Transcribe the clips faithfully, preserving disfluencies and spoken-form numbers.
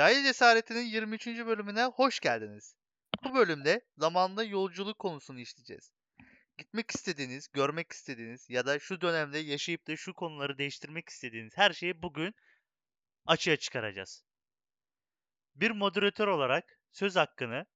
Cahil Cesareti'nin yirmi üçüncü bölümüne hoş geldiniz. Bu bölümde zamanda yolculuk konusunu işleyeceğiz. Gitmek istediğiniz, görmek istediğiniz ya da şu dönemde yaşayıp da şu konuları değiştirmek istediğiniz her şeyi bugün açığa çıkaracağız. Bir moderatör olarak söz hakkını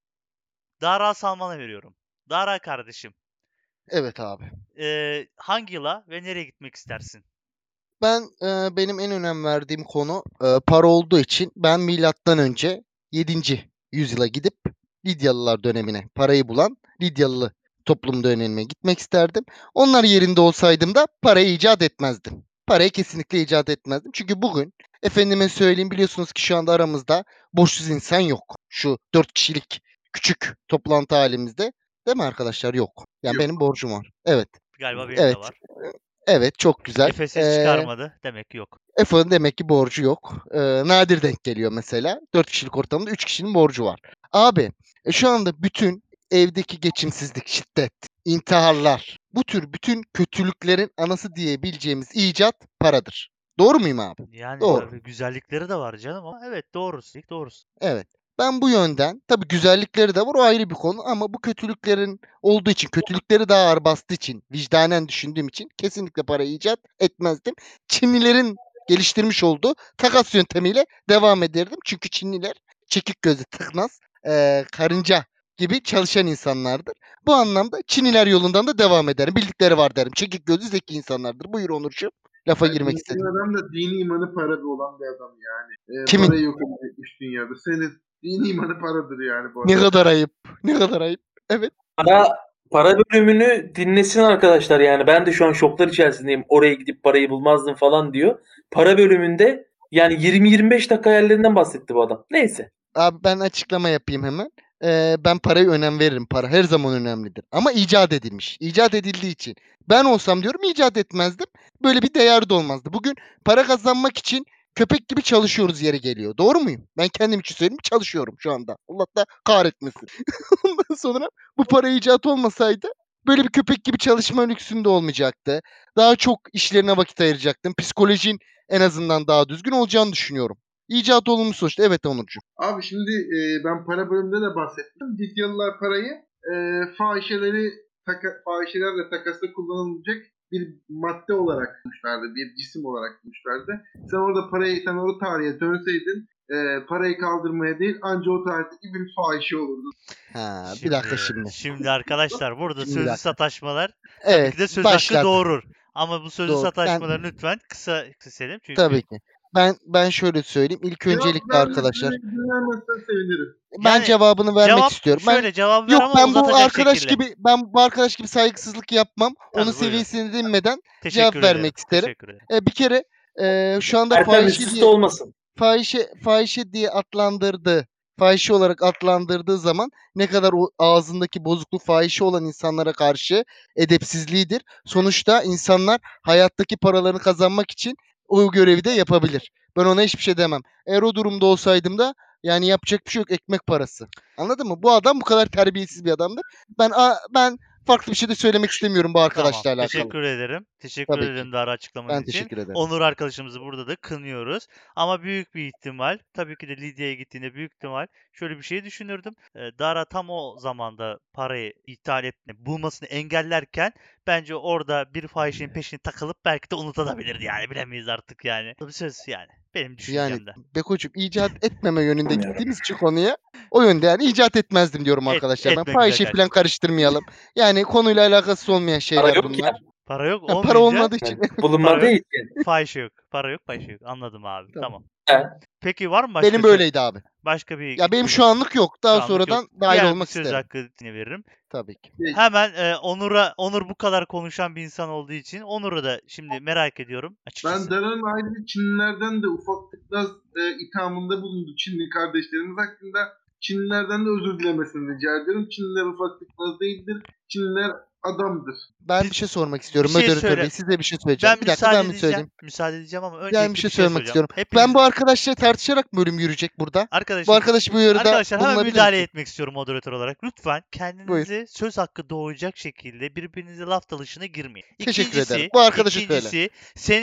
Dara Salman'a veriyorum. Dara kardeşim, Evet abi. eee, hangi yıla ve nereye gitmek istersin? Ben e, benim en önem verdiğim konu e, para olduğu için ben milattan önce yedinci yüzyıla gidip Lidyalılar dönemine parayı bulan Lidyalı toplum dönemine gitmek isterdim. Onlar yerinde olsaydım da parayı icat etmezdim. Parayı kesinlikle icat etmezdim. Çünkü bugün efendime söyleyeyim biliyorsunuz ki şu anda aramızda boşsuz insan yok. Şu dört kişilik küçük toplantı halimizde değil mi arkadaşlar? Yok. Yani Yok. benim borcum var. Evet. Galiba benim de Evet. var. Evet çok güzel. Efe ses Ee, çıkarmadı. Demek ki yok. Efe'nin demek ki borcu yok. Ee, nadir denk geliyor mesela. dört kişilik ortamda üç kişinin borcu var. Abi e, şu anda bütün evdeki geçimsizlik, şiddet, intiharlar, bu tür bütün kötülüklerin anası diyebileceğimiz icat paradır. Doğru muyum abi? Yani Doğru. tabii güzellikleri de var canım ama evet doğrusu. Doğrusu. Evet. Ben bu yönden tabii güzellikleri de var o ayrı bir konu ama bu kötülüklerin olduğu için kötülükleri daha ağır bastığı için vicdanen düşündüğüm için kesinlikle para icat etmezdim. Çinlilerin geliştirmiş olduğu takas yöntemiyle devam ederdim. Çünkü Çinliler çekik gözlü tıknaz eee, karınca gibi çalışan insanlardır. Bu anlamda Çinliler yolundan da devam ederim. Bildikleri var derim. Çekik gözlü zeki insanlardır. Buyur Onurcuğum. Lafa Yani girmek bu istedim. adam da dini imanı para bir olan bir adam yani. Ee, Kimin? Parayı yok etmiş dünyada. Senin dini imanı paradır yani bu Ne adam. kadar ayıp. Ne kadar ayıp. Evet. Para, para bölümünü dinlesin arkadaşlar yani ben de şu an şoklar içerisindeyim. Oraya gidip parayı bulmazdım falan diyor. Para bölümünde yani yirmi yirmi beş dakika hayallerinden bahsetti bu adam. Neyse. Abi ben açıklama yapayım hemen. Ee, ben paraya önem veririm. Para her zaman önemlidir. Ama icat edilmiş. İcat edildiği için. Ben olsam diyorum icat etmezdim. Böyle bir değer de olmazdı. Bugün para kazanmak için köpek gibi çalışıyoruz yeri geliyor. Doğru muyum? Ben kendim için söyleyeyim çalışıyorum şu anda. Allah da kahretmesin. Ondan sonra bu para icat olmasaydı böyle bir köpek gibi çalışma lüksünde olmayacaktı. Daha çok işlerine vakit ayıracaktım. Psikolojin en azından daha düzgün olacağını düşünüyorum. İcat olunmuş sonuçta. Evet Onurcuğum. Abi şimdi e, ben para bölümünde de bahsettim. Lidyalılar parayı e, fahişeleri taka, fahişelerle takasla kullanılacak bir madde olarak bulmuşlardı. Bir cisim olarak bulmuşlardı. Sen orada parayı, sen orada tarihe dönseydin e, parayı kaldırmaya değil ancak o tarihteki bir fahişe olurdun. Ha, bir Şimdi, dakika şimdi. şimdi arkadaşlar burada Şimdi bir sözlü dakika. sataşmalar tabii Evet, ki de söz hakkı başlat. doğurur. Ama bu sözlü Doğru. Ben sataşmaları lütfen kısa keselim çünkü tabii ki. Ben ben şöyle söyleyeyim. İlk Cevap öncelikle arkadaşlar vermesini dinlemezsen sevinirim. ben yani cevabını vermek cevap istiyorum. Ben şöyle cevap ver yok ama ben bu uzatacak arkadaş şekilde. gibi ben bu arkadaş gibi saygısızlık yapmam. Onun Tabii buyurun. seviyesine inmeden Teşekkür cevap ederim. vermek isterim. Teşekkür ederim. E, bir kere e, şu anda Ertem fahişe üst üste diye olmasın. fahişe fahişe diye adlandırdığı fahişe olarak adlandırdığı zaman ne kadar o ağzındaki bozukluk fahişe olan insanlara karşı edepsizliğidir. Sonuçta insanlar hayattaki paralarını kazanmak için o görevi de yapabilir. Ben ona hiçbir şey demem. Eğer o durumda olsaydım da yani yapacak bir şey yok ekmek parası. Anladın mı? Bu adam bu kadar terbiyesiz bir adamdır. Ben a- ben farklı bir şey de söylemek istemiyorum bu Tamam. arkadaşla alakalı. Teşekkür ederim. Teşekkür Tabii ki. ederim Dara açıklaman Ben için. teşekkür ederim. Onur arkadaşımızı burada da kınıyoruz. Ama büyük bir ihtimal, tabii ki de Lidya'ya gittiğinde büyük ihtimal şöyle bir şey düşünürdüm. Ee, Dara tam o zamanda parayı ithal etme, bulmasını engellerken bence orada bir fahişenin peşine takılıp belki de unutabilirdi yani. Bilemeyiz artık yani. Bu bir söz yani. Benim Yani düşüncemde. Beko'cum icat etmeme yönünde Bilmiyorum. gittiğimiz için konuya o yönde yani icat etmezdim diyorum Et, arkadaşlar. Ben etme güzel fahişe falan kardeşim. karıştırmayalım. Yani konuyla alakası olmayan Para şeyler yok bunlar. ya. Para yok Ha, para olmayınca olmadığı için Yani bulunmadığı para yok, için. fahişe yok. Para yok, fahişe yok. Anladım abi. tamam. Tamam. He. Peki var mı başka Benim söz, böyleydi abi. başka bir Ya benim söz, şu anlık yok. şu Daha anlık yok. sonradan dahil Diğer bir olmak söz isterim. hakkı veririm. Tabii ki. Peki. Hemen e, Onur'a, Onur bu kadar konuşan bir insan olduğu için Onur'u da şimdi merak ediyorum Ben açıkçası. Dara'nın ayrıca Çinlilerden de ufak biraz e, ithamında bulundu Çinli kardeşlerimiz hakkında. Çinlilerden de özür dilemesini rica ederim. Çinliler ufak tıknaz değildir. Çinliler adamdır. Ben Biz- bir şey sormak Bir istiyorum. şey Moderatör söyle. Bey size bir şey söyleyeceğim. Ben Bir dakika müsaade ben bir edeceğim. söyleyeyim. Müsaade edeceğim ama Ben öncelikle bir bir şey şey söylemek söyleyeceğim. istiyorum. Hepiniz Ben bu arkadaşla tartışarak bölüm yürüyecek burada. Bu arkadaşlar arkadaş bu uyarıda Arkadaşlar hemen bulunabilir müdahale misin? etmek istiyorum moderatör olarak. Lütfen Buyur. kendinize söz hakkı doğacak şekilde birbirinize laf dalışına girmeyin. Teşekkür ederim. İkincisi, Bu arkadaşa söyle. ikincisi senin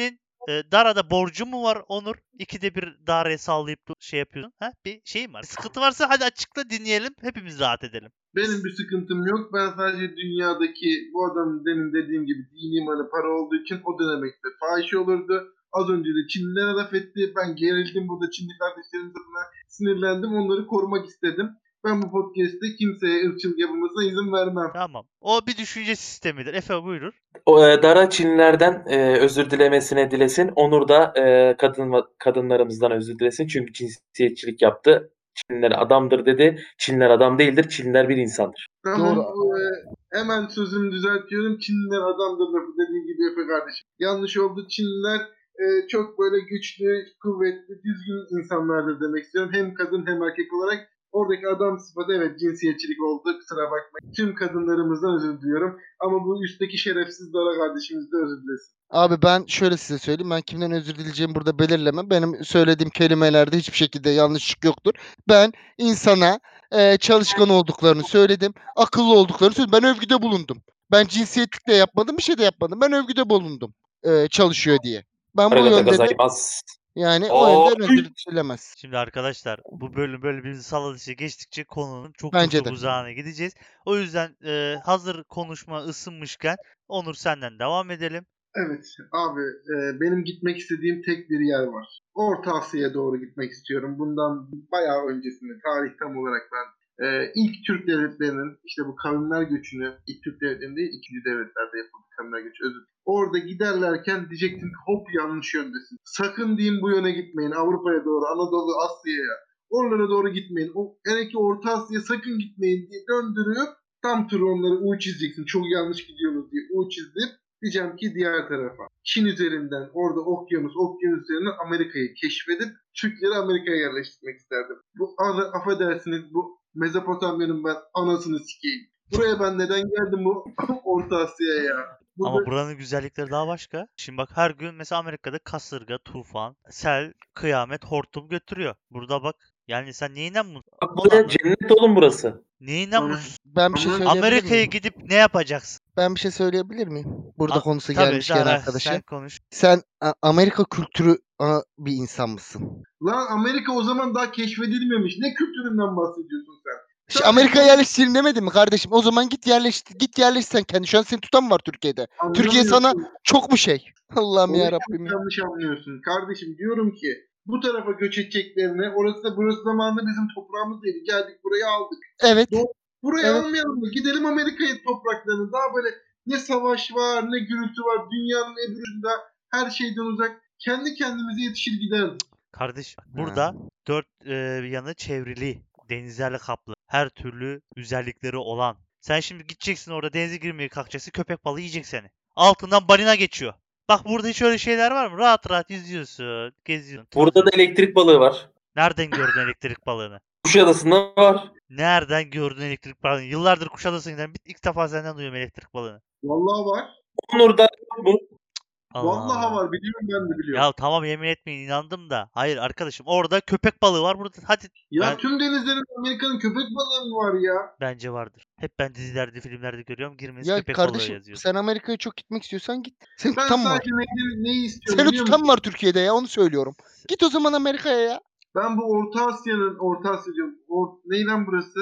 e, Dara'da borcun mu var Onur? İkide bir Dara'ya sallayıp du- şey yapıyorsun. Ha? Bir şeyim var. Sıkıntı varsa hadi açıkla dinleyelim. Hepimiz rahat edelim. Benim bir sıkıntım yok. Ben sadece dünyadaki bu adamın demin dediğim gibi dini malı para olduğu için o dönemekte fahişe olurdu. Az önce de Çinlilere laf etti. Ben gerildim burada Çinli kardeşlerimiz adına sinirlendim. Onları korumak istedim. Ben bu podcast'te kimseye ırkçılık yapılmasına izin vermem. Tamam. O bir düşünce sistemidir. Efe buyurun. O, e, Dara Çinlilerden e, özür dilemesine dilesin. Onur da e, kadın kadınlarımızdan özür dilesin. Çünkü cinsiyetçilik yaptı. Çinliler adamdır dedi. Çinliler adam değildir. Çinliler bir insandır. Tamam. Doğru. e, hemen sözümü düzeltiyorum. Çinliler adamdır lafı dediği gibi Efe kardeşim. Yanlış oldu. Çinliler e, çok böyle güçlü, kuvvetli, düzgün insanlardır demek istiyorum. Hem kadın hem erkek olarak. Oradaki adam sıfatı evet cinsiyetçilik oldu. Kusura bakmayın. Tüm kadınlarımızdan özür diliyorum. Ama bu üstteki şerefsiz Dara kardeşimiz de özür dilesin. Abi ben şöyle size söyleyeyim. Ben kimden özür dileyeceğimi burada belirlemem. Benim söylediğim kelimelerde hiçbir şekilde yanlışlık yoktur. Ben insana e, çalışkan olduklarını söyledim. Akıllı olduklarını söyledim. Ben övgüde bulundum. Ben cinsiyetlikle yapmadım. Bir şey de yapmadım. Ben övgüde bulundum. E, çalışıyor diye. Ben bu Aragata yönde de gozaimasu. yani o Oo, yönden özür dilemez. Şimdi arkadaşlar bu bölüm böyle bir salladışı geçtikçe konunun çok Bence çok de. uzağına gideceğiz. O yüzden e, hazır konuşma ısınmışken Onur senden devam edelim. Evet abi e, benim gitmek istediğim tek bir yer var. Orta Asya'ya doğru gitmek istiyorum. Bundan bayağı öncesinde tarih tam olarak ben e, ilk Türk devletlerinin işte bu kavimler göçünü ilk Türk devletlerinde değil ikinci devletlerde yapıldı kavimler göçü özür dilerim. Orada giderlerken diyecektim ki hop yanlış yöndesin. Sakın diyeyim bu yöne gitmeyin Avrupa'ya doğru Anadolu Asya'ya. Oralara doğru gitmeyin. O, hele ki Orta Asya'ya sakın gitmeyin diye döndürüyor. Tam turu onları U çizeceksin. Çok yanlış gidiyoruz diye U çizip diyeceğim ki diğer tarafa. Çin üzerinden orada okyanus, okyanus üzerinden Amerika'yı keşfedip Türkleri Amerika'ya yerleştirmek isterdim. Bu affedersiniz bu Mezopotamya'nın ben anasını sikeyim. Buraya ben neden geldim bu Orta Asya'ya ya? Burada... Ama buranın güzellikleri daha başka. Şimdi bak her gün mesela Amerika'da kasırga, tufan, sel, kıyamet, hortum götürüyor. Burada bak yani sen neyinden mutlusun? Bak buraya cennet oğlum burası. Neyinden Ama- mutlusun? Ben bir şey Ama- söyleyebilir Amerika'ya miyim? gidip ne yapacaksın? Ben bir şey söyleyebilir miyim? Burada A- konusu Tabii gelmişken Dara arkadaşım. sen konuş. Sen A- Amerika kültürü a, bir insan mısın? Lan Amerika o zaman daha keşfedilmemiş. Ne kültüründen bahsediyorsun sen? İşte Sadece- Amerika'ya yerleştirin demedim mi kardeşim? O zaman git yerleş git yerleş sen kendi. Şu an seni tutan mı var Türkiye'de? Türkiye sana Anlamıyorsun. çok mu şey? Allah'ım Onu ya Rabbim. yanlış anlıyorsun. Kardeşim diyorum ki bu tarafa göç edeceklerine orası da burası zamanında bizim toprağımız değil. Geldik burayı aldık. Evet. Doğru. Buraya Evet. almayalım mı? Gidelim Amerika'ya topraklarını. Daha böyle ne savaş var ne gürültü var. Dünyanın ebrucunda her şeyden uzak. Kendi kendimize yetişir gideriz. Kardeş burada dört e, yanı çevrili, denizlerle kaplı, her türlü güzellikleri olan. Sen şimdi gideceksin orada denize girmeye kalkacaksın, köpek balığı yiyecek seni. Altından balina geçiyor. Bak burada hiç öyle şeyler var mı? Rahat rahat yüzüyorsun, geziyorsun. Burada da tozuyorsun. elektrik balığı var. Nereden gördün elektrik balığını? Kuşadası'nda var. Nereden gördün elektrik balığını? Yıllardır Kuşadası'na giden bir ilk defa senden duyuyorum elektrik balığını. Vallahi var. Onur'da yok mu? Allah Vallahi Allah. var. Biliyorum ben de biliyorum. Ya tamam yemin etmeyin inandım da. Hayır arkadaşım orada köpek balığı var. Burada hadi Ya, ben- tüm denizlerin Amerika'nın köpek balığı mı var ya? bence vardır. Hep ben dizilerde, filmlerde görüyorum. Girmeniz Ya köpek balığı kardeşim yazıyor. sen Amerika'ya çok gitmek istiyorsan git. Seni Ben tutan mı var? sadece neyi, neyi istiyorum Seni biliyor tutan musun? var Türkiye'de ya onu söylüyorum. Git o zaman Amerika'ya ya. Ben bu Orta Asya'nın, Orta Asya diyorum. Or, ney lan burası?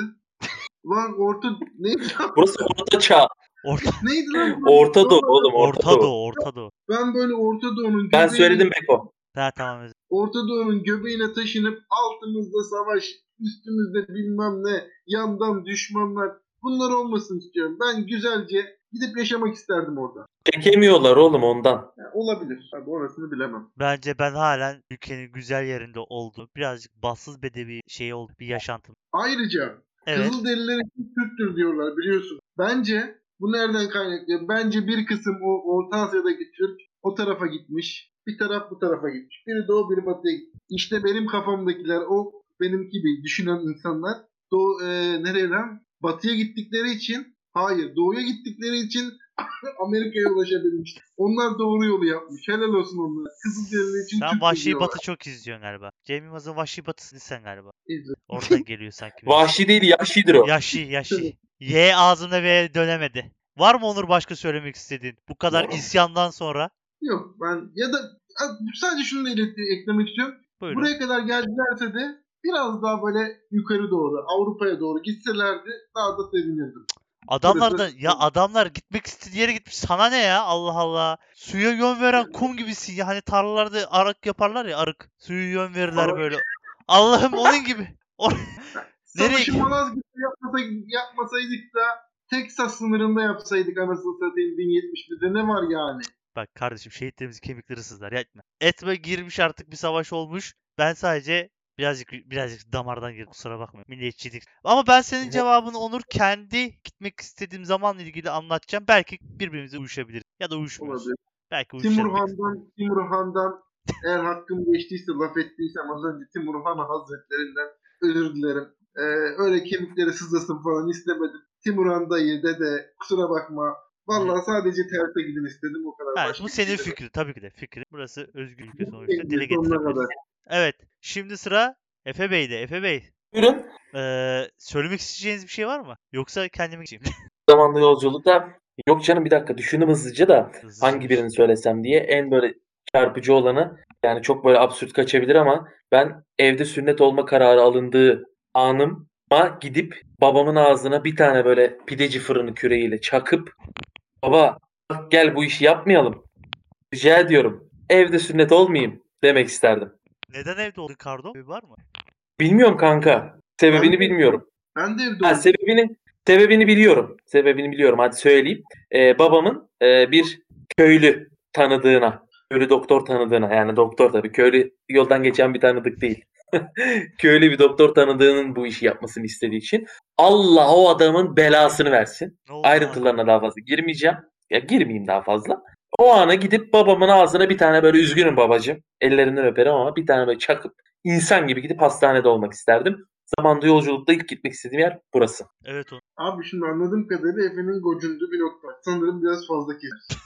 Lan Orta, neydi lan? Burası Orta Çağ. Orta, Neydi lan? burası? Orta Doğu oğlum Orta, Orta Doğu. Doğu, Orta Doğu. Ben böyle Orta Doğu'nun Ben göbeğine- söyledim Beko. Ha tamam özür. Orta Doğu'nun göbeğine taşınıp altımızda savaş, üstümüzde bilmem ne, yandan düşmanlar. Bunlar olmasın istiyorum. Ben güzelce gidip yaşamak isterdim orada. Çekemiyorlar oğlum ondan. Yani olabilir. Tabii orasını bilemem. Bence ben halen ülkenin güzel yerinde olduğu, birazcık bassız bedevi şey oldu, bir yaşantım. Ayrıca Evet. Kızılderililer için Türktür diyorlar biliyorsun. Bence bu nereden kaynaklı? Bence bir kısım o Orta Asya'daki Türk o tarafa gitmiş. Bir taraf bu tarafa gitmiş. Biri doğu biri batıya gitmiş. İşte benim kafamdakiler o benim gibi düşünen insanlar doğu, e, nereye lan? Batıya gittikleri için hayır doğuya gittikleri için Amerika'ya ulaşabilmiş. Onlar doğru yolu yapmış. Helal olsun onlara. Kızılderili için Sen Türk Vahşi diyorlar. Batı çok izliyorsun galiba. Cem Yılmaz'ın Vahşi Batı'sını sen galiba. İzle. Oradan geliyor sanki. biraz. Vahşi değil Yahşidir o. Yaşı, yaşı. Y ağzımda ve dönemedi. Var mı Onur başka söylemek istediğin? Bu kadar isyandan sonra. Yok ben ya da sadece şunu da ilet- eklemek istiyorum. Buyurun. Buraya kadar geldilerse de biraz daha böyle yukarı doğru, Avrupa'ya doğru gitselerdi daha da sevinirdim. Adamlar da Burası- ya adamlar gitmek istediği yere gitmiş. Sana ne ya? Allah Allah. Suya yön veren kum gibisin ya. Hani tarlalarda arık yaparlar ya, arık. Suyu yön verirler Ama- böyle. Allah'ım onun gibi. O- Nereye Savaşı Malazgirt'te yapmasaydık, yapmasaydık da Texas sınırında yapsaydık anasını satayım bin yetmiş birde ne var yani? Bak kardeşim, şehitlerimizin kemikleri sızlar. Yapma. Etme girmiş, artık bir savaş olmuş. Ben sadece birazcık birazcık damardan girdim. Kusura bakma. Milliyetçilik. Ama ben senin cevabını Onur kendi gitmek istediğim zamanla ilgili anlatacağım. Belki birbirimize uyuşabiliriz. Ya da uyuşmuyoruz. Olabilir. Belki uyuşabiliriz. Timurhan'dan, Timurhan'dan eğer hakkım geçtiyse, laf ettiysem az önce Timurhan Hazretlerinden özür dilerim. Ee, öyle kemikleri sızlasın falan istemedim. Timurhan dayı, dede kusura bakma. Vallahi sadece terse gidin istedim o kadar. Evet, Başka bu bir senin şey demedim. fikrin. Tabii ki de fikrin. Burası özgür ülke sonuçta. Benim Dile sonuna getirebiliriz. kadar. Evet. Şimdi sıra Efe Bey'de. Efe Bey. Buyurun. Eee söylemek isteyeceğiniz bir şey var mı? Yoksa kendime geçeyim. Zamanlı yolculukta yok canım bir dakika düşündüm hızlıca da Hızlıca hangi bir- birini söylesem diye en böyle çarpıcı olanı yani çok böyle absürt kaçabilir ama ben evde sünnet olma kararı alındığı anıma gidip babamın ağzına bir tane böyle pideci fırını küreğiyle çakıp baba bak gel bu işi yapmayalım rica ediyorum evde sünnet olmayayım demek isterdim. Neden evde oldu Ricardo? Bir var mı? Bilmiyorum kanka sebebini Ben de- bilmiyorum. Ben de evde Ha, oldum. sebebini sebebini biliyorum. Sebebini biliyorum. Hadi söyleyeyim. Ee, babamın e, bir köylü tanıdığına, köylü doktor tanıdığına yani doktor tabii köylü yoldan geçen bir tanıdık değil. Köylü bir doktor tanıdığının bu işi yapmasını istediği için Allah o adamın belasını versin. Ne oldu? Ayrıntılarına daha fazla girmeyeceğim. Ya girmeyeyim daha fazla. O ana gidip babamın ağzına bir tane böyle üzgünüm babacığım. Ellerinden öperim ama bir tane böyle çakıp insan gibi gidip hastanede olmak isterdim. Zamanda yolculukta ilk gitmek istediğim yer burası. Evet o. Abi şimdi anladığım kadarıyla Efe'nin gocunduğu bir nokta. Sanırım biraz fazla kesin.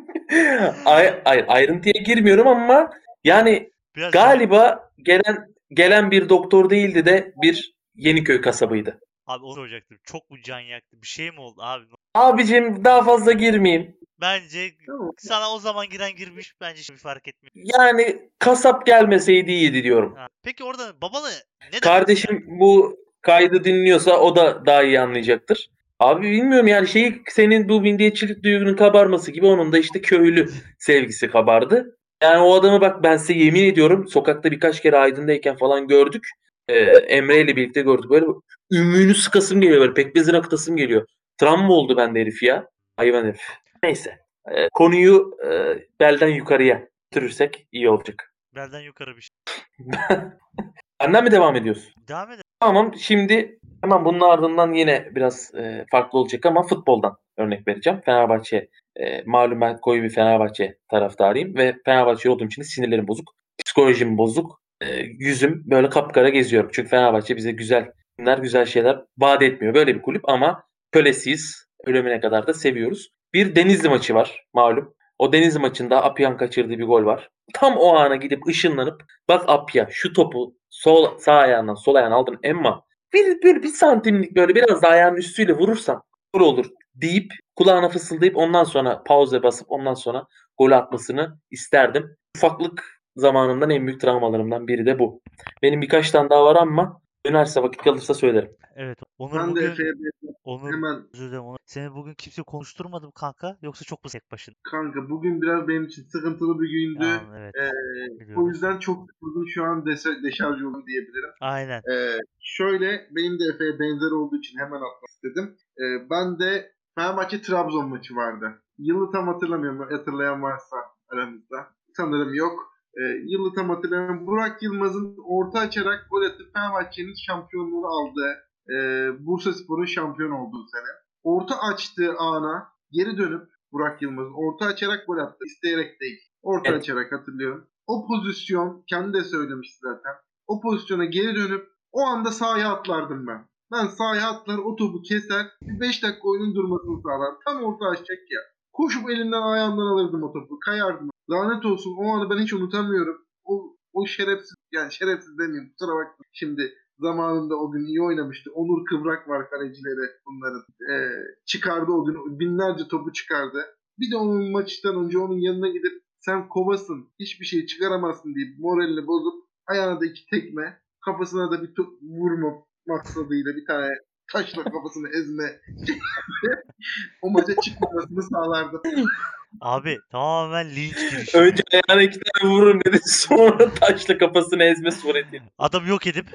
Ay, ay, ayrıntıya girmiyorum ama yani Biraz galiba gelen gelen bir doktor değildi de bir Yeniköy kasabıydı. Abi onu soracaktım. Çok mu can yaktı? Bir şey mi oldu abi? Abicim daha fazla girmeyeyim. Bence Tamam. sana o zaman giren girmiş. Bence şimdi fark etmiyor. Yani kasap gelmeseydi iyiydi diyorum. Ha. Peki orada babanı ne demek Kardeşim bu kaydı dinliyorsa o da daha iyi anlayacaktır. Abi bilmiyorum yani şey senin bu milliyetçilik duygunun kabarması gibi onun da işte köylü sevgisi kabardı. Yani o adamı bak ben size yemin ediyorum sokakta birkaç kere Aydın'dayken falan gördük. Ee, Emre ile birlikte gördük. Böyle ümüğünü sıkasım geliyor böyle pekmezini akıtasım geliyor. Travma oldu bende herif ya. Hayvan herif. Neyse. Ee, konuyu e, belden yukarıya götürürsek iyi olacak. Belden yukarı bir şey. Benden mi devam ediyorsun? Devam edelim. Tamam şimdi hemen bunun ardından yine biraz e, farklı olacak ama futboldan örnek vereceğim. Fenerbahçe e, malum ben koyu bir Fenerbahçe taraftarıyım ve Fenerbahçe olduğum için de sinirlerim bozuk. Psikolojim bozuk. E, yüzüm böyle kapkara geziyorum. Çünkü Fenerbahçe bize güzel günler, güzel şeyler vaat etmiyor. Böyle bir kulüp ama kölesiyiz. Ölümüne kadar da seviyoruz. Bir Denizli maçı var malum. O Denizli maçında Apya'nın kaçırdığı bir gol var. Tam o ana gidip ışınlanıp bak Apya şu topu sol sağ ayağından sol ayağına aldın Emma bir, bir, bir santimlik böyle biraz da ayağının üstüyle vurursan gol olur deyip kulağına fısıldayıp ondan sonra pauze basıp ondan sonra gol atmasını isterdim. Ufaklık zamanımdan en büyük travmalarımdan biri de bu. Benim birkaç tane daha var ama dönerse vakit kalırsa söylerim. Evet. Onur Ben de bugün Efe'ye Onur hemen özür dilerim Onur. Seni bugün kimse konuşturmadım kanka. Yoksa çok mu tek başına? kanka bugün biraz benim için sıkıntılı bir gündü. Tamam, evet. Ee, o Biliyoruz. yüzden çok sıkıldım şu an dese, deşarj oldum diyebilirim. Aynen. Ee, şöyle benim de Efe'ye benzer olduğu için hemen atmak istedim. Ee, ben de Fenerbahçe Trabzon maçı vardı. Yılı tam hatırlamıyorum. Hatırlayan varsa aramızda. Sanırım yok. Ee, yılı tam hatırlamıyorum. Burak Yılmaz'ın orta açarak gol atıp Fenerbahçe'nin şampiyonluğunu aldığı, e, Bursaspor'un şampiyon olduğu sene. Orta açtığı ana geri dönüp Burak Yılmaz'ın orta açarak gol attı. İsteyerek değil. Orta Evet. açarak hatırlıyorum. O pozisyon kendi de söylemişti zaten. O pozisyona geri dönüp o anda sahaya atlardım ben. Ben sahaya atlar o topu keser. Bir beş dakika oyunun durmasını sağlar. Tam orta açacak ya. Koşup elinden ayağından alırdım o topu. Kayardım. Lanet olsun o anı ben hiç unutamıyorum. O, o şerefsiz yani şerefsiz demeyeyim kusura bakma. Şimdi zamanında o gün iyi oynamıştı. Onur Kıvrak var kalecileri bunların. Ee, çıkardı o gün binlerce topu çıkardı. Bir de onun maçtan önce onun yanına gidip sen kovasın, hiçbir şey çıkaramazsın deyip moralini bozup ayağına da iki tekme, kafasına da bir to- vurma maksadıyla bir tane taşla kafasını ezme o maça çıkmamasını sağlardı. Abi tamamen linç girişimi. Önce ayağına iki tane vurun dedi. Sonra taşla kafasını ezme suretiyle. Adam yok edip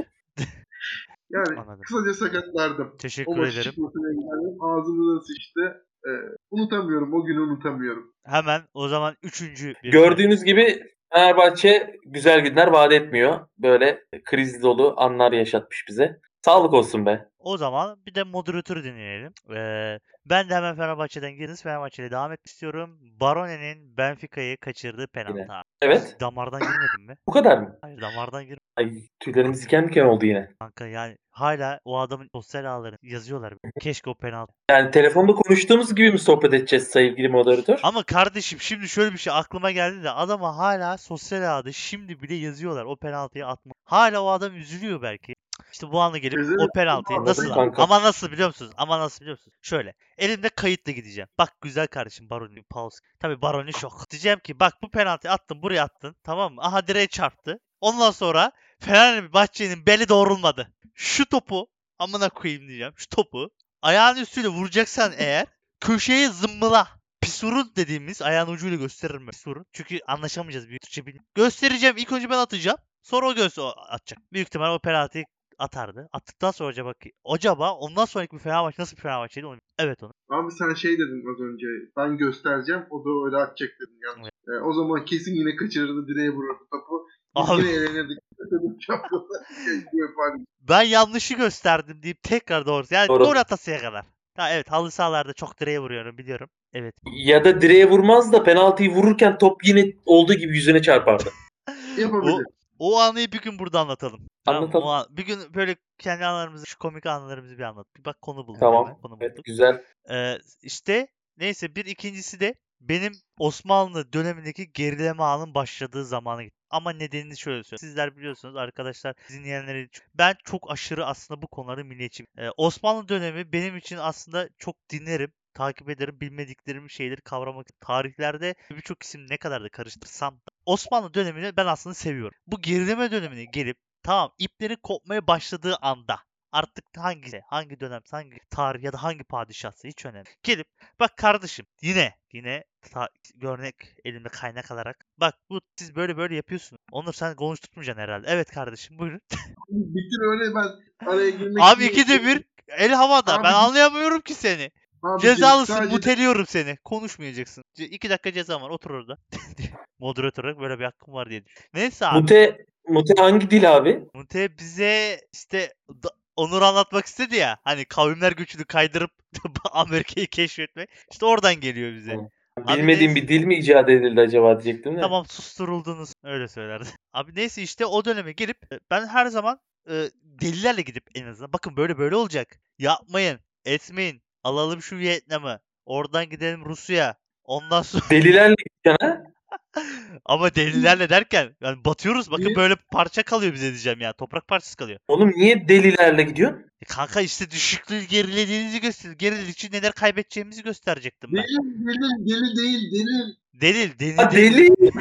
Yani Anladım. kısaca sakatlardım. O Teşekkür maç ederim. çıkmasına giderdim. Ağzımıza sıçtı. Ee, unutamıyorum. O günü unutamıyorum. Hemen o zaman üçüncü bir Gördüğünüz gibi Fenerbahçe güzel günler vaat etmiyor. Böyle kriz dolu anlar yaşatmış bize. Sağlık olsun be. O zaman bir de moderatörü dinleyelim. Ee, ben de hemen Fenerbahçe'den giriniz. Fenerbahçe'yle devam etmek istiyorum. Barone'nin Benfica'yı kaçırdığı penaltı. Yine. abi. Evet. Damardan girmedin mi? Bu kadar mı? Hayır, damardan gir. Ay tüylerimiz diken diken oldu yine. Kanka yani hala o adamın sosyal ağlarını yazıyorlar. Keşke o penaltı. Yani telefonda konuştuğumuz gibi mi sohbet edeceğiz sevgili moderatör? Ama kardeşim şimdi şöyle bir şey aklıma geldi de adama hala sosyal ağda şimdi bile yazıyorlar o penaltıyı atma. Hala o adam üzülüyor belki. İşte bu anı gelip Üzülür. o penaltıyı Anladım nasıl kanka. ama nasıl biliyor musunuz? Ama nasıl biliyor musunuz? Şöyle elimde kayıtla gideceğim. Bak güzel kardeşim Baroni pause. Tabii Baroni şok. Diyeceğim ki bak bu penaltıyı attın buraya attın tamam mı? Aha direğe çarptı. Ondan sonra Fenerbahçe'nin beli doğrulmadı. Şu topu amına koyayım diyeceğim. Şu topu ayağın üstüyle vuracaksan eğer köşeye zımbıla. Pisurun dediğimiz ayağın ucuyla gösteririm ben. Pisurun. Çünkü anlaşamayacağız büyük Türkçe bil- Göstereceğim. İlk önce ben atacağım. Sonra o göz o atacak. Büyük ihtimal o penaltıyı atardı. Attıktan sonra acaba ki acaba ondan sonraki bir Fenerbahçe nasıl bir Fenerbahçe'ydi onu. Evet onu. Abi sen şey dedin az önce. Ben göstereceğim. O da öyle atacak dedin. Yanlış. Ee, o zaman kesin yine kaçırırdı. Direğe vururdu topu. Biz Abi. yine eğlenirdik. Keşke yapardık. Ben yanlışı gösterdim deyip tekrar doğrusu. Yani Doğru. gol atasıya kadar. Ha evet halı sahalarda çok direğe vuruyorum biliyorum. Evet. Ya da direğe vurmaz da penaltıyı vururken top yine olduğu gibi yüzüne çarpardı. Yapabilir. O anıyı bir gün burada anlatalım. Tamam, Anlatalım. o an- bir gün böyle kendi anılarımızı, şu komik anılarımızı bir anlat. Bir bak konu bulduk Tamam. hemen. Konu Evet, bulduk. güzel. Ee, işte neyse bir ikincisi de benim Osmanlı dönemindeki gerileme anının başladığı zamana gitti. Ama nedenini şöyle söyleyeyim. Sizler biliyorsunuz arkadaşlar dinleyenleri ben çok aşırı aslında bu konuları milliyetçiyim. Ee, Osmanlı dönemi benim için aslında çok dinlerim. Takip ederim. Bilmediklerim şeyleri kavramak. Tarihlerde birçok isim ne kadar da karıştırsam da Osmanlı dönemini ben aslında seviyorum. Bu gerileme dönemine gelip tamam iplerin kopmaya başladığı anda artık hangisi, hangi dönem, hangi tarih ya da hangi padişahsa hiç önemli. Gelip bak kardeşim yine yine ta- örnek elimde kaynak alarak bak bu siz böyle böyle yapıyorsunuz. Onur sen konuşturmayacaksın herhalde. Evet kardeşim buyurun. Bitir öyle ben araya girmek Abi için- ikide bir el havada. Abi- Ben anlayamıyorum ki seni. Abicim, Cezalısın, sadece- muteliyorum seni. Konuşmayacaksın. Ce- İki dakika ceza var, otur orada. Moderatör olarak böyle bir hakkım var diye düşün. Neyse abi. Mute, Mute hangi dil abi? Mute bize işte da- Onur anlatmak istedi ya. Hani kavimler göçünü kaydırıp Amerika'yı keşfetmek. İşte oradan geliyor bize. Hı. Abi Bilmediğim neyse. bir dil mi icat edildi acaba diyecektim de. Tamam susturuldunuz. Öyle söylerdi. Abi neyse işte o döneme gelip e, ben her zaman e, delilerle gidip en azından bakın böyle böyle olacak. Yapmayın. Etmeyin. Alalım şu Vietnam'ı. Oradan gidelim Rusya. Ondan sonra Delilerle gideceksin ha? ama delilerle derken yani batıyoruz. Bakın Niye? böyle parça kalıyor bize diyeceğim ya. Toprak parçası kalıyor. Oğlum niye delilerle gidiyorsun? E kanka işte düşüklüğü gerilediğinizi göster. Geriledikçe neler kaybedeceğimizi gösterecektim ben. Delil, delil, deli değil, delil. Delil, deli, Ha, deli. deli.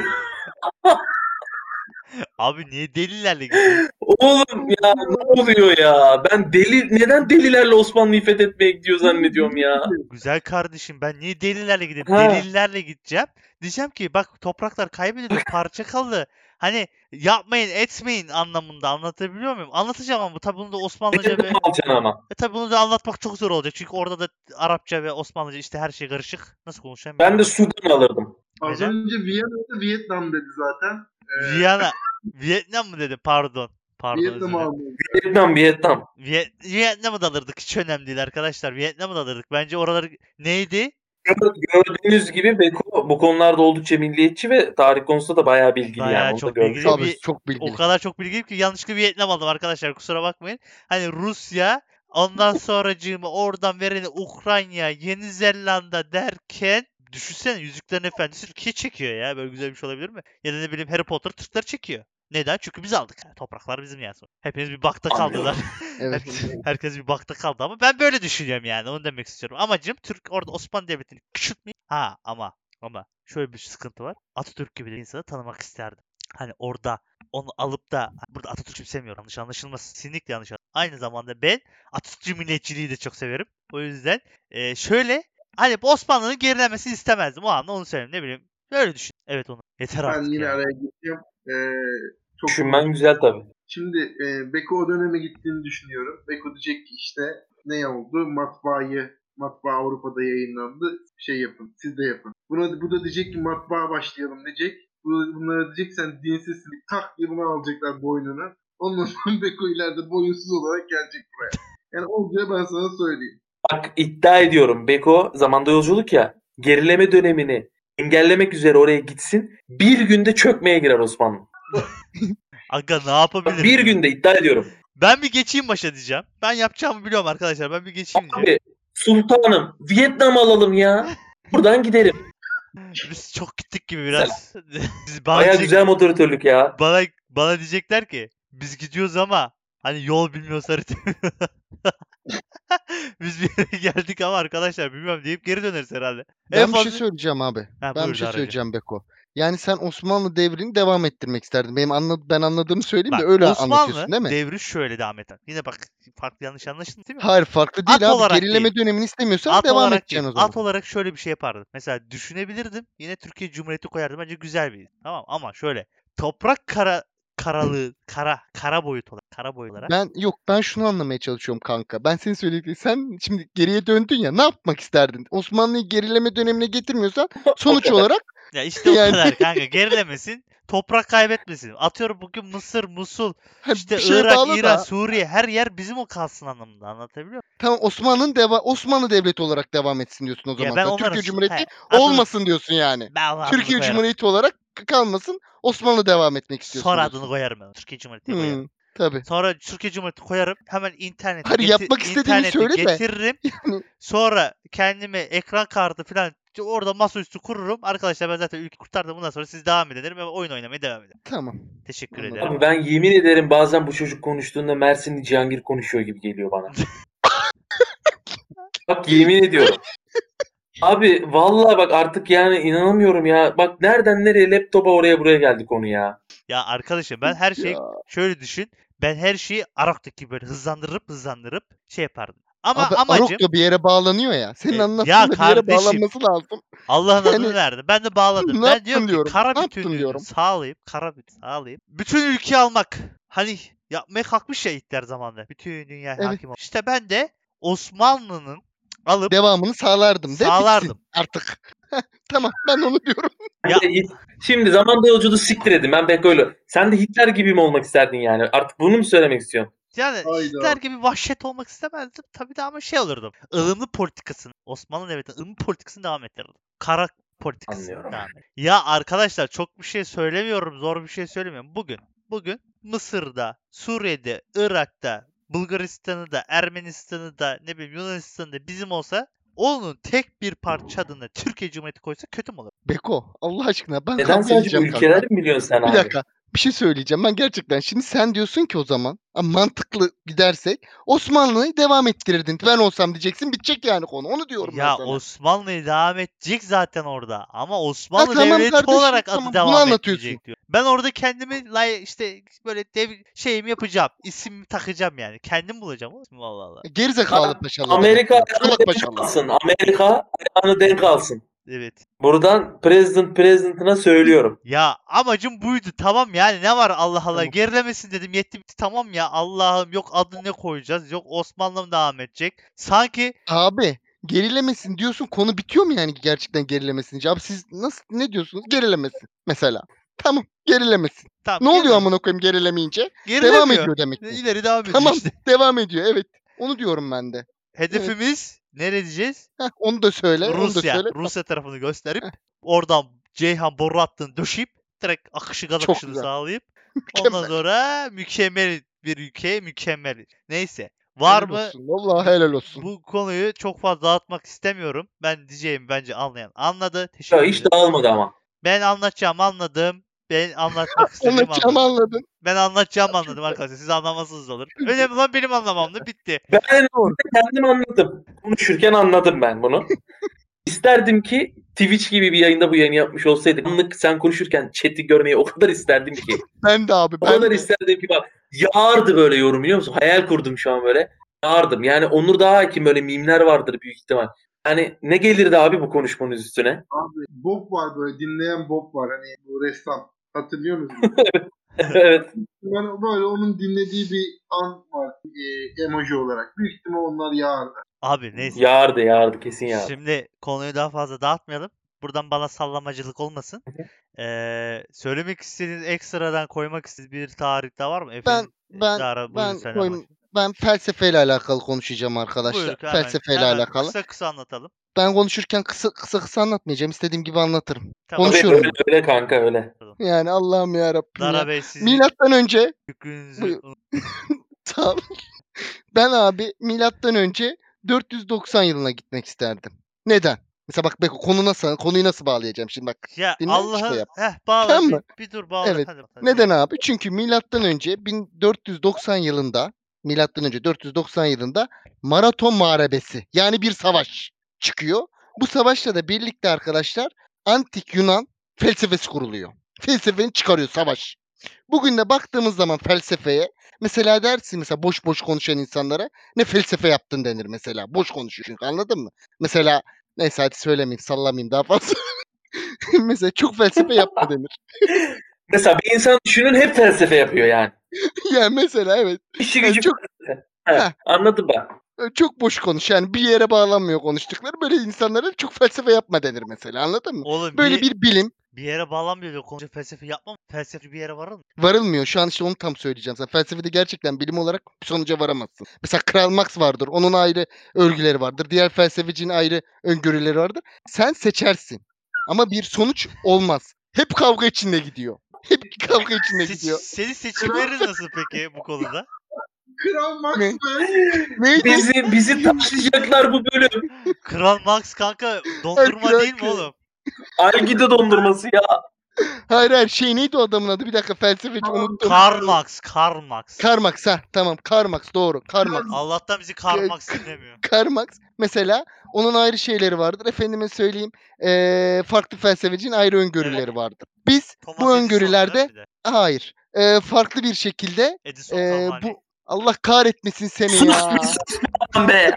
Abi niye delilerle gidiyorsun? Oğlum ya ne oluyor ya? Ben deli neden delilerle Osmanlı'yı fethetmeye gidiyor zannediyorum ya. Güzel kardeşim ben niye delilerle gideyim? Ha. Delillerle gideceğim. Diyeceğim ki bak topraklar kaybedildi, parça kaldı. Hani yapmayın, etmeyin anlamında anlatabiliyor muyum? Anlatacağım ama tabii bunu da Osmanlıca ve Dedim alacaksın ama. e tabii bunu da anlatmak çok zor olacak. Çünkü orada da Arapça ve Osmanlıca işte her şey karışık. Nasıl konuşacağım Ben de bilmiyorum. Sudan alırdım. Az Neden? önce Viyana'da Vietnam dedi zaten. Ee, Viyana, Vietnam mı dedi? Pardon. Pardon özür Vietnam dilerim. aldım. Vietnam, Vietnam. Viet Vietnam'ı da alırdık. Hiç önemli değil arkadaşlar. Vietnam'ı da alırdık. Bence oraları neydi? Gör- Gördüğünüz gibi Beko bu konularda oldukça milliyetçi ve tarih konusunda da bayağı bilgili Bayağı yani. Onu da çok görmüş bilgili olduk. Tabii bir- çok O bilgili. kadar çok bilgiliyim ki yanlışlıkla Vietnam aldım arkadaşlar. Kusura bakmayın. Hani Rusya, ondan sonracığımı oradan vereni Ukrayna, Yeni Zelanda derken düşünsene Yüzüklerin Efendisi Türkiye çekiyor ya. Böyle güzel bir şey olabilir mi? Ya da ne bileyim Harry Potter Türkler çekiyor. Neden? Çünkü biz aldık. Yani topraklar bizim yani. Hepiniz bir bakta kaldılar. Evet. Her- Herkes bir bakta kaldı ama ben böyle düşünüyorum yani. Onu demek istiyorum. Amacım Türk orada Osmanlı Devleti'ni küçültmeyi. Ha ama Ama şöyle bir sıkıntı var. Atatürk gibi bir insanı tanımak isterdim. Hani orada onu alıp da burada Atatürk'ü sevmiyorum. Yanlış anlaşılmasın. Kesinlikle yanlış anlaşılmasın. Aynı zamanda ben Atatürkçü milliyetçiliği de çok severim. O yüzden e, şöyle hani Osmanlı'nın gerilemesini istemezdim. O anda onu söyleyeyim. Ne bileyim. Böyle düşün. Evet onu. Yeter Ben artık yine ya. araya gireceğim. Ee, çok Düşünmen güzel tabii. Şimdi e, Beko o döneme gittiğini düşünüyorum. Beko diyecek ki işte ne oldu? Matbaayı, matbaa Avrupa'da yayınlandı. Şey yapın, siz de yapın. Buna, bu da diyecek ki matbaa başlayalım diyecek. Bu, bunlara diyecek sen dinsizsin. Tak diye bunu alacaklar boynuna. Ondan sonra Beko ileride boyunsuz olarak gelecek buraya. Yani olacağı ben sana söyleyeyim. Bak iddia ediyorum Beko zamanda yolculuk ya gerileme dönemini engellemek üzere oraya gitsin. Bir günde çökmeye girer Osmanlı. Aga ne Bak yapabilirim? bir ya? günde iddia ediyorum. Ben bir geçeyim başa diyeceğim. Ben yapacağımı biliyorum arkadaşlar. Ben bir geçeyim diyeceğim. Abi sultanım Vietnam alalım ya. Buradan gidelim. Biz çok gittik gibi biraz. Biz bana, Baya diyecek- güzel moderatörlük ya. bana, bana diyecekler ki biz gidiyoruz ama hani yol bilmiyoruz harita bilmiyoruz. Biz bir yere geldik ama arkadaşlar bilmiyorum deyip geri döneriz herhalde. En Ben bir şey fazla- söyleyeceğim abi. Ha, Ben buyur bir şey Daracığım. söyleyeceğim Beko. Yani sen Osmanlı devrini devam ettirmek isterdin. Benim anlad ben anladığımı söyleyeyim Bak de öyle Osmanlı anlatıyorsun değil mi? devri şöyle devam eder. Yine bak farklı yanlış anlaşıldı değil mi? Hayır farklı değil At abi. olarak Gerileme değil. dönemini istemiyorsan At devam olarak edeceksin değil. o zaman. At olarak şöyle bir şey yapardım. Mesela düşünebilirdim. Yine Türkiye Cumhuriyeti koyardım. Bence güzel bir. Tamam ama şöyle. Toprak kara karalığı, kara kara boyut olarak, kara boyut olarak. Ben yok ben şunu anlamaya çalışıyorum kanka. Ben senin söylediğin sen şimdi geriye döndün ya ne yapmak isterdin? Osmanlı'yı gerileme dönemine getirmiyorsan sonuç kadar. olarak Ya işte o Yani- kadar kanka. Gerilemesin. Toprak kaybetmesin. Atıyorum bugün Mısır, Musul, ha, işte bir şeye Irak, bağlı İran, da Suriye her yer bizim o kalsın anlamında. Anlatabiliyor muyum? tamam Osmanlı'nın deva Osmanlı devleti olarak devam etsin diyorsun o Ya zaman. ben Sen onların Türkiye Cumhuriyeti he, adını- olmasın diyorsun yani. Ben onun adını Türkiye koyarım. Cumhuriyeti olarak kalmasın. Osmanlı devam etmek istiyorsun Sonra diyorsun. adını koyarım ben. Türkiye Cumhuriyeti koyarım. Hmm, tabii. Sonra Türkiye Cumhuriyeti koyarım. Hemen internete Hayır, getir, yapmak istediğini internete söyle de. getiririm. Yani Sonra kendime ekran kartı falan orada masaüstü kururum. Arkadaşlar ben zaten ülke kurtardım. Bundan sonra siz devam edin derim ve oyun oynamaya devam edin. tamam. Teşekkür Anladım. ederim. Abi ben yemin ederim bazen bu çocuk konuştuğunda Mersinli Cihangir konuşuyor gibi geliyor bana. Bak yemin ediyorum. Abi vallahi bak artık yani inanamıyorum ya. Bak nereden nereye laptopa oraya buraya geldi konu ya. Ya arkadaşım ben her şeyi Ya. şöyle düşün. Ben her şeyi Arok'taki böyle hızlandırıp hızlandırıp şey yapardım. Ama Abi amacım Arok da bir yere bağlanıyor ya. Senin E, ya anlattığın da bir yere kardeşim, bağlanması lazım. Allah'ın Yani adını verdi. Ben de bağladım. ne Ben yaptın diyorum ki diyorum, kara ne yaptın bütünlüğünü diyorum. sağlayıp kara bütünlüğünü sağlayıp bütün ülkeyi almak. Hani yapmaya kalkmış ya Hitler zamanında. Bütün dünya Evet. hakim olmuş. İşte ben de Osmanlı'nın alıp Devamını sağlardım de Sağlardım. bitsin artık. Tamam ben onu diyorum. Ya- Şimdi zamanda yolculuğu siktir edin. Ben pek öyle. Sen de Hitler gibi mi olmak isterdin yani? Artık bunu mu söylemek istiyorsun? yani Hayda. Hitler gibi vahşet olmak istemezdim. Tabii de ama şey olurdum. ılımlı politikasını, Osmanlı Devleti'nin ılımlı politikasını devam ettirirdim. Kara politikasını Anlıyorum. devam ettirirdim. Ya arkadaşlar çok bir şey söylemiyorum. Zor bir şey söylemiyorum. Bugün, bugün Mısır'da, Suriye'de, Irak'ta, Bulgaristan'ı Ermenistan'ı da ne bileyim Yunanistan'da bizim olsa onun tek bir parça adına Türkiye Cumhuriyeti koysa kötü mü olur? Beko Allah aşkına ben Neden kavga sadece bu edeceğim kanka. ülkeler mi biliyorsun sen Bir abi? dakika. Bir şey söyleyeceğim. Ben gerçekten şimdi sen diyorsun ki o zaman ha, mantıklı gidersek Osmanlı'yı devam ettirirdin. Ben olsam diyeceksin bitecek yani konu. Onu diyorum Ya ben sana. Osmanlı'yı devam edecek zaten orada. Ama Osmanlı tamam Devleti kardeşim, olarak adı tamam. Bunu devam anlatıyorsun. etmeyecek diyor. Ben orada kendimi lay işte böyle dev şeyimi yapacağım. İsim takacağım yani. Kendim bulacağım. oğlum. Allah Allah. Gerizekalı paşalar. Amerika demek ya. ayağını Salak denk paşalar. alsın. Amerika ayağını denk alsın. Evet. Buradan President President'ına söylüyorum. Ya amacım buydu. Tamam yani ne var Allah Allah. Tamam. Gerilemesin dedim. Yetti bitti. Tamam ya Allah'ım yok adını ne koyacağız? Yok Osmanlı mı devam edecek? Sanki Abi gerilemesin diyorsun konu bitiyor mu yani gerçekten gerilemesin? Abi siz nasıl ne diyorsunuz? Gerilemesin mesela. Tamam gerilemesin. tamam. Ne oluyor gerileme- amına koyayım gerilemeyince? Gerilemiyor. Devam ediyor demek ki. İleri devam ediyor Tamam işte. devam ediyor evet. Onu diyorum ben de. Hedefimiz nereye diyeceğiz? Heh, onu da söyle. Onu da Rusya. söyle. Rusya tarafını gösterip Heh. oradan Ceyhan boru hattını döşeyip direkt akışı gaz Çok akışını güzel. sağlayıp Mükemmel. ondan sonra mükemmel bir ülke mükemmel. Neyse. Var Helal mı? olsun. Vallahi helal olsun. Bu konuyu çok fazla dağıtmak istemiyorum. Ben diyeceğimi bence anlayan anladı. Ya Teşekkür hiç ederim. dağılmadı ama. Ben anlatacağım anladım. Ben anlatmak istediğimi Anlatacağım anladım. anladın. Ben anlatacağım anladım arkadaşlar. Siz anlamazsınız olur. Önemli olan benim anlamamdı. Bitti. Ben kendim anladım. Konuşurken anladım ben bunu. İsterdim ki Twitch gibi bir yayında bu yayını yapmış olsaydık. Anlık sen konuşurken chat'i görmeyi o kadar isterdim ki. Ben de abi O ben kadar de. isterdim ki bak yağardı böyle yorum biliyor musun? Hayal kurdum şu an böyle. Yağardım. Yani Onur daha hakim böyle mimler vardır büyük ihtimal. Yani ne gelirdi abi bu konuşmanın üstüne? Abi Bob var böyle dinleyen Bob var hani bu ressam. Hatırlıyor musunuz? Evet. Ben böyle onun dinlediği bir an var e, emoji olarak. Büyük ihtimal onlar yağardı. Abi neyse. Yağardı yağardı kesin yağardı. Şimdi konuyu daha fazla dağıtmayalım. Buradan bana sallamacılık olmasın. Ee, söylemek istediğiniz, ekstradan koymak istediğiniz bir tarih daha var mı? Ben Efendim, ben Dara, buyurun ben senden koyayım. başlayalım. Ben felsefeyle alakalı konuşacağım arkadaşlar. Buyur hemen, Felsefeyle hemen alakalı. kısa kısa anlatalım. Ben konuşurken kısa kısa kısa anlatmayacağım. İstediğim gibi anlatırım. Tamam. Tabii Konuşuyorum. öyle, öyle kanka öyle. Yani Allah'ım ya Rabbim Dara ya. Bey sizin Milattan önce fikrinizi buyur. Sağ ol. Ben abi milattan önce dört yüz doksan yılına gitmek isterdim. Neden? Mesela bak bak konu nasıl konuyu nasıl bağlayacağım şimdi bak. Ya Dinle, Allah'ın şey yap. heh bağla Tamam bir, mı? bir dur bağla. Evet. Hadi, hadi, Neden dinle. abi? Çünkü milattan önce bin dört yüz doksan yılında milattan önce dört yüz doksan yılında Maraton Muharebesi yani bir savaş çıkıyor. Bu savaşla da birlikte arkadaşlar antik Yunan felsefesi kuruluyor. Felsefeni çıkarıyor savaş. Bugün de baktığımız zaman felsefeye mesela dersin mesela boş boş konuşan insanlara ne felsefe yaptın denir mesela. Boş konuşuyor çünkü anladın mı? Mesela neyse hadi söylemeyeyim sallamayayım daha fazla. Mesela çok felsefe yapma denir. Mesela bir insan düşünün hep felsefe yapıyor yani. Yani mesela evet. İşi Yani gücü çok felsefe. Heh. Heh, anladım ben. çok boş konuş yani bir yere bağlanmıyor konuştukları. Böyle insanlara çok felsefe yapma denir mesela anladın mı? Oğlum Böyle bir bir bilim bir yere bağlanmıyor diyor. Konuşa felsefe yapmam. Felsefe bir yere varır mı? varılmıyor. Şu an işte onu tam söyleyeceğim sana. Felsefede gerçekten bilim olarak bir sonuca varamazsın. Mesela Karl Marx vardır. Onun ayrı örgüleri vardır. Diğer felsefecinin ayrı öngörüleri vardır. Sen seçersin. Ama bir sonuç olmaz. Hep kavga içinde gidiyor. Hep kavga içinde Seç, gidiyor. senin seçimlerin nasıl peki bu konuda? Kral Max Ne? be. Neydi? Bizi bizi taşlayacaklar bu bölüm. Kral Max kanka dondurma Kral- değil mi oğlum? Algide dondurması ya. Hayır hayır şey neydi o adamın adı? Bir dakika felsefeci unuttum. Karl Marx, Karl Marx. Karl Marx ha tamam Karl Marx doğru Karl Marx. Allah'tan bizi Karl K- Marx dinlemiyor. Karl Marx mesela onun ayrı şeyleri vardır. Efendime söyleyeyim eee, farklı felsefecinin ayrı öngörüleri vardır. Biz Thomas bu Edison öngörülerde değil mi bir de? hayır eee, farklı bir şekilde Edison eee, Cavani. bu Allah kahretmesin seni Sus ya. bir sus lan be.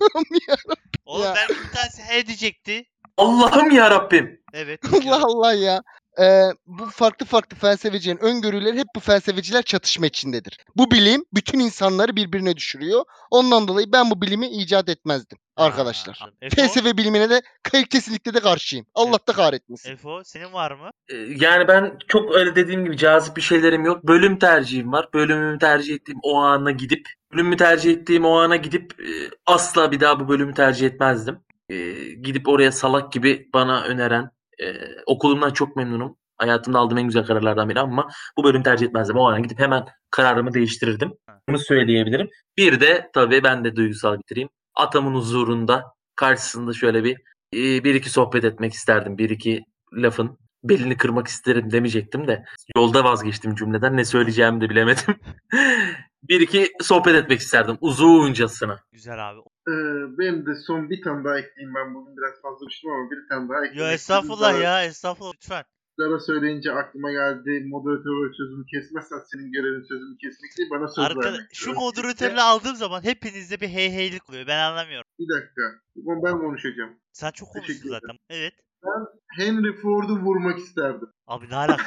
Oğlum ya. belki bir tanesi he diyecekti. Allah'ım ya Rabbim. Evet. Allah dinliyorum. Allah ya. Eee, bu farklı farklı felsefecilerin öngörüleri hep bu felsefeciler çatışma içindedir. Bu bilim bütün insanları birbirine düşürüyor. Ondan dolayı ben bu bilimi icat etmezdim arkadaşlar. Ha, Efo, Felsefe bilimine de k- kesinlikle de karşıyım. Allah da kahretmesin. Efo senin var mı? Ee, Yani ben çok öyle dediğim gibi cazip bir şeylerim yok. Bölüm tercihim var. Bölümümü tercih ettiğim o ana gidip, bölümümü tercih ettiğim o ana gidip e, asla bir daha bu bölümü tercih etmezdim. E, gidip oraya salak gibi bana öneren, e, okulumdan çok memnunum. Hayatımda aldığım en güzel kararlardan biri ama bu bölümü tercih etmezdim. O ana gidip hemen kararımı değiştirirdim. Bunu söyleyebilirim. Bir de tabii ben de duygusal bitireyim. Atamın huzurunda karşısında şöyle bir e, bir iki sohbet etmek isterdim. Bir iki lafın belini kırmak isterim demeyecektim de yolda vazgeçtim cümleden. Ne söyleyeceğimi de bilemedim. Bir iki sohbet etmek isterdim uzuncasına. Güzel abi. Ee, benim de son bir tane daha ekleyeyim. Ben bugün biraz fazla konuştum ama bir tane daha eklemek Yo istedim. estağfurullah Dara- ya estağfurullah lütfen. Dara söyleyince aklıma geldi. Moderatör sözümü kesmezsen senin görevin sözümü kesmek değil bana söz Arkada, vermek. şu istiyorum. moderatörle aldığım zaman hepinizde bir hey heylik oluyor. Ben anlamıyorum. Bir dakika. Ben ben konuşacağım. Sen çok konuştun Teşekkür zaten. Evet. Henry Ford'u vurmak isterdim. Abi ne alaka?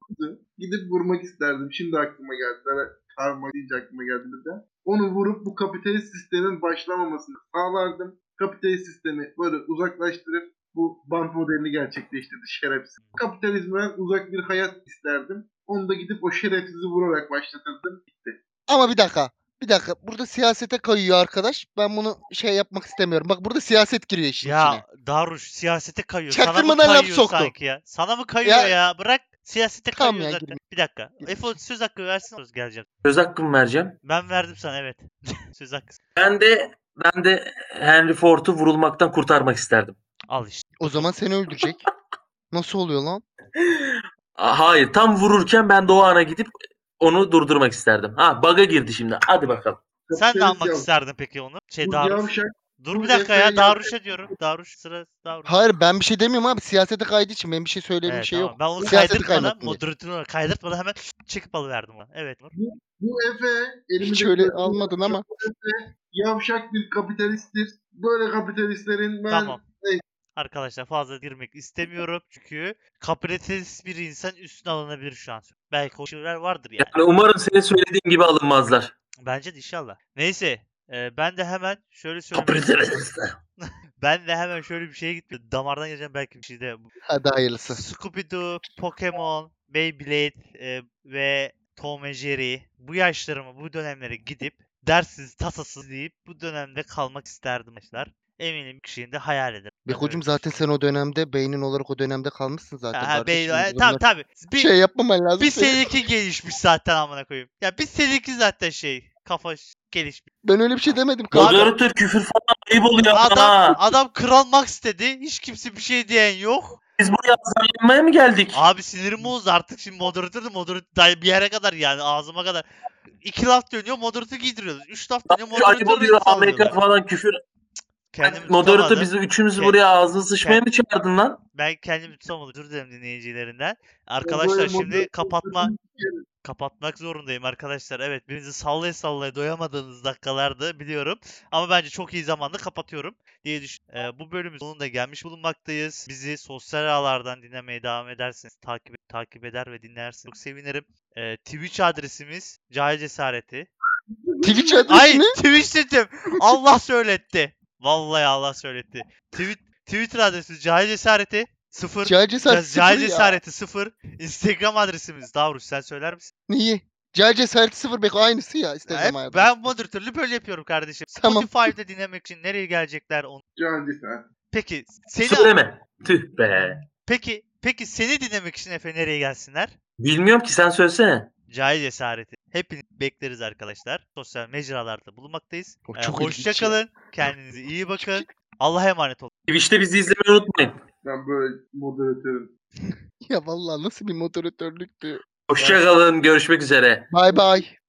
Gidip vurmak isterdim. Şimdi aklıma geldi. Dara karma deyince aklıma geldi birden. Onu vurup bu kapitalist sistemin başlamamasını sağlardım. Kapitalist sistemi böyle uzaklaştırıp bu bant modelini gerçekleştirdi şerefsiz. Kapitalizmden uzak bir hayat isterdim. Onu da gidip o şerefsizi vurarak başlatırdım. Bitti. Ama bir dakika. Bir dakika. Burada siyasete kayıyor arkadaş. Ben bunu şey yapmak istemiyorum. Bak burada siyaset giriyor işin içine. Ya Daruş siyasete kayıyor. Sana mı Çaktırmadan laf kayıyor soktu. sanki ya? Sana mı kayıyor Ya- ya? Bırak siyasete Tamam kayıyor ya, zaten. girme. Bir dakika. Girme. Efo söz hakkı versin söz gelecek. Söz hakkımı vereceğim. Ben verdim sana evet. Söz hakkı. Ben de ben de Henry Ford'u vurulmaktan kurtarmak isterdim. Al işte. O zaman seni öldürecek. Nasıl oluyor lan? Aa, Hayır, tam vururken ben de o ana gidip onu durdurmak isterdim. Ha, bug'a girdi şimdi. Hadi bakalım. Sen ne Kapitalist yapmak yav- isterdin peki onu? Şey Bu Daruş. yavşak Dur Bu bir dakika ya. Efe Daruş'a diyorum. Daruş sıra Daruş. Hayır ben bir şey demiyorum abi. Siyasete kaydığı için benim bir şey söylediğim Evet şey tamam. yok. Ben onu Siyaseti kaydırtmadan kaymasın diye. moderatörü kaydırtmadan hemen çıkıp alıverdim ona. Evet. Nur. Bu, bu Efe Hiç elimdeki öyle rakam- almadın ama. bu Efe yavşak bir kapitalisttir. Böyle kapitalistlerin ben Tamam. neyse, Arkadaşlar fazla girmek istemiyorum çünkü kapitalist bir insan üstüne alınabilir şu an. Belki o şeyler vardır yani. Yani umarım senin söylediğin gibi alınmazlar. Bence de inşallah. Neyse. e, ben de hemen şöyle söylemek Ben de hemen şöyle bir şeye gittim. Damardan geleceğim belki bir şey de. Hadi hayırlısı. Scooby-Doo, Pokemon, Beyblade e, ve Tom and Jerry. Bu yaşlarımı, bu dönemlere gidip dersiz, tasasız deyip bu dönemde kalmak isterdim arkadaşlar. Eminim bir kişinin de hayal eder. Ben Beko'cum öyle zaten sen düşünüyorum. o dönemde beynin olarak o dönemde kalmışsın zaten Ha, kardeşim. Beyblade, Biz tabii bunları tabii. Bir, şey yapmaman lazım bir senin. seninki gelişmiş zaten amına koyayım. Ya bir seninki zaten şey, kafa ş- gelişmiş. Ben öyle bir şey demedim kanka. Moderatör küfür falan ayıp oluyor Adam ha. adam kral Max dedi. Hiç kimse bir şey diyen yok. Biz buraya azarlanmaya mı geldik? Abi sinirim bozdu artık şimdi moderatör de moderatör bir yere kadar yani ağzıma kadar. İki laf dönüyor moderatör giydiriyoruz. Üç laf dönüyor Şu ayıp oluyor moderatörü Amerika sallıyorlar. falan küfür. Kendimi Moderatör tutamadım. bizi üçümüzü Ke- buraya ağzını sıçmaya mı çağırdın lan? Ben kendimi tutamadım. Özür dilerim dinleyicilerinden. ben Arkadaşlar böyle şimdi moderatör kapatma sözünü sikerim. kapatmak zorundayım arkadaşlar. Evet birinizi sallaya sallaya doyamadığınız dakikalardı biliyorum. Ama bence çok iyi zamanda kapatıyorum diye düşünüyorum. bu bölümün sonunda gelmiş bulunmaktayız. Bizi sosyal ağlardan dinlemeye devam ederseniz takip takip eder ve dinlerseniz çok sevinirim. Ee, Twitch adresimiz Cahil Cesareti. Twitch Ay adresini Twitch dedim. Allah söyletti. Vallahi Allah söyletti. Tweet, Twitter adresimiz Cahil Cesareti sıfır. Cahil Cesareti Cahil sıfır ya. Cesareti sıfır. Instagram adresimiz Davrus sen söyler misin? Neyi? Cahil Cesareti sıfır Beko aynısı ya. Hep Instagram adresi. ben moderatörlüğü böyle yapıyorum kardeşim. Tamam. Spotify'da dinlemek için nereye gelecekler onu. Can sen. Peki seni Söyleme. Tüh be. peki peki seni dinlemek için Efe nereye gelsinler? Bilmiyorum ki sen söylesene. Cahil Cesareti. Hepinizi bekleriz arkadaşlar. Sosyal mecralarda bulunmaktayız. O Ee, çok hoşça ilginç ya. kalın. Kendinize iyi bakın. Allah'a emanet olun. Twitch'te bizi izlemeyi unutmayın. Ben böyle moderatörüm. Ya vallahi nasıl bir moderatörlüktü. Hoşçakalın. Görüşmek üzere. Bay bay.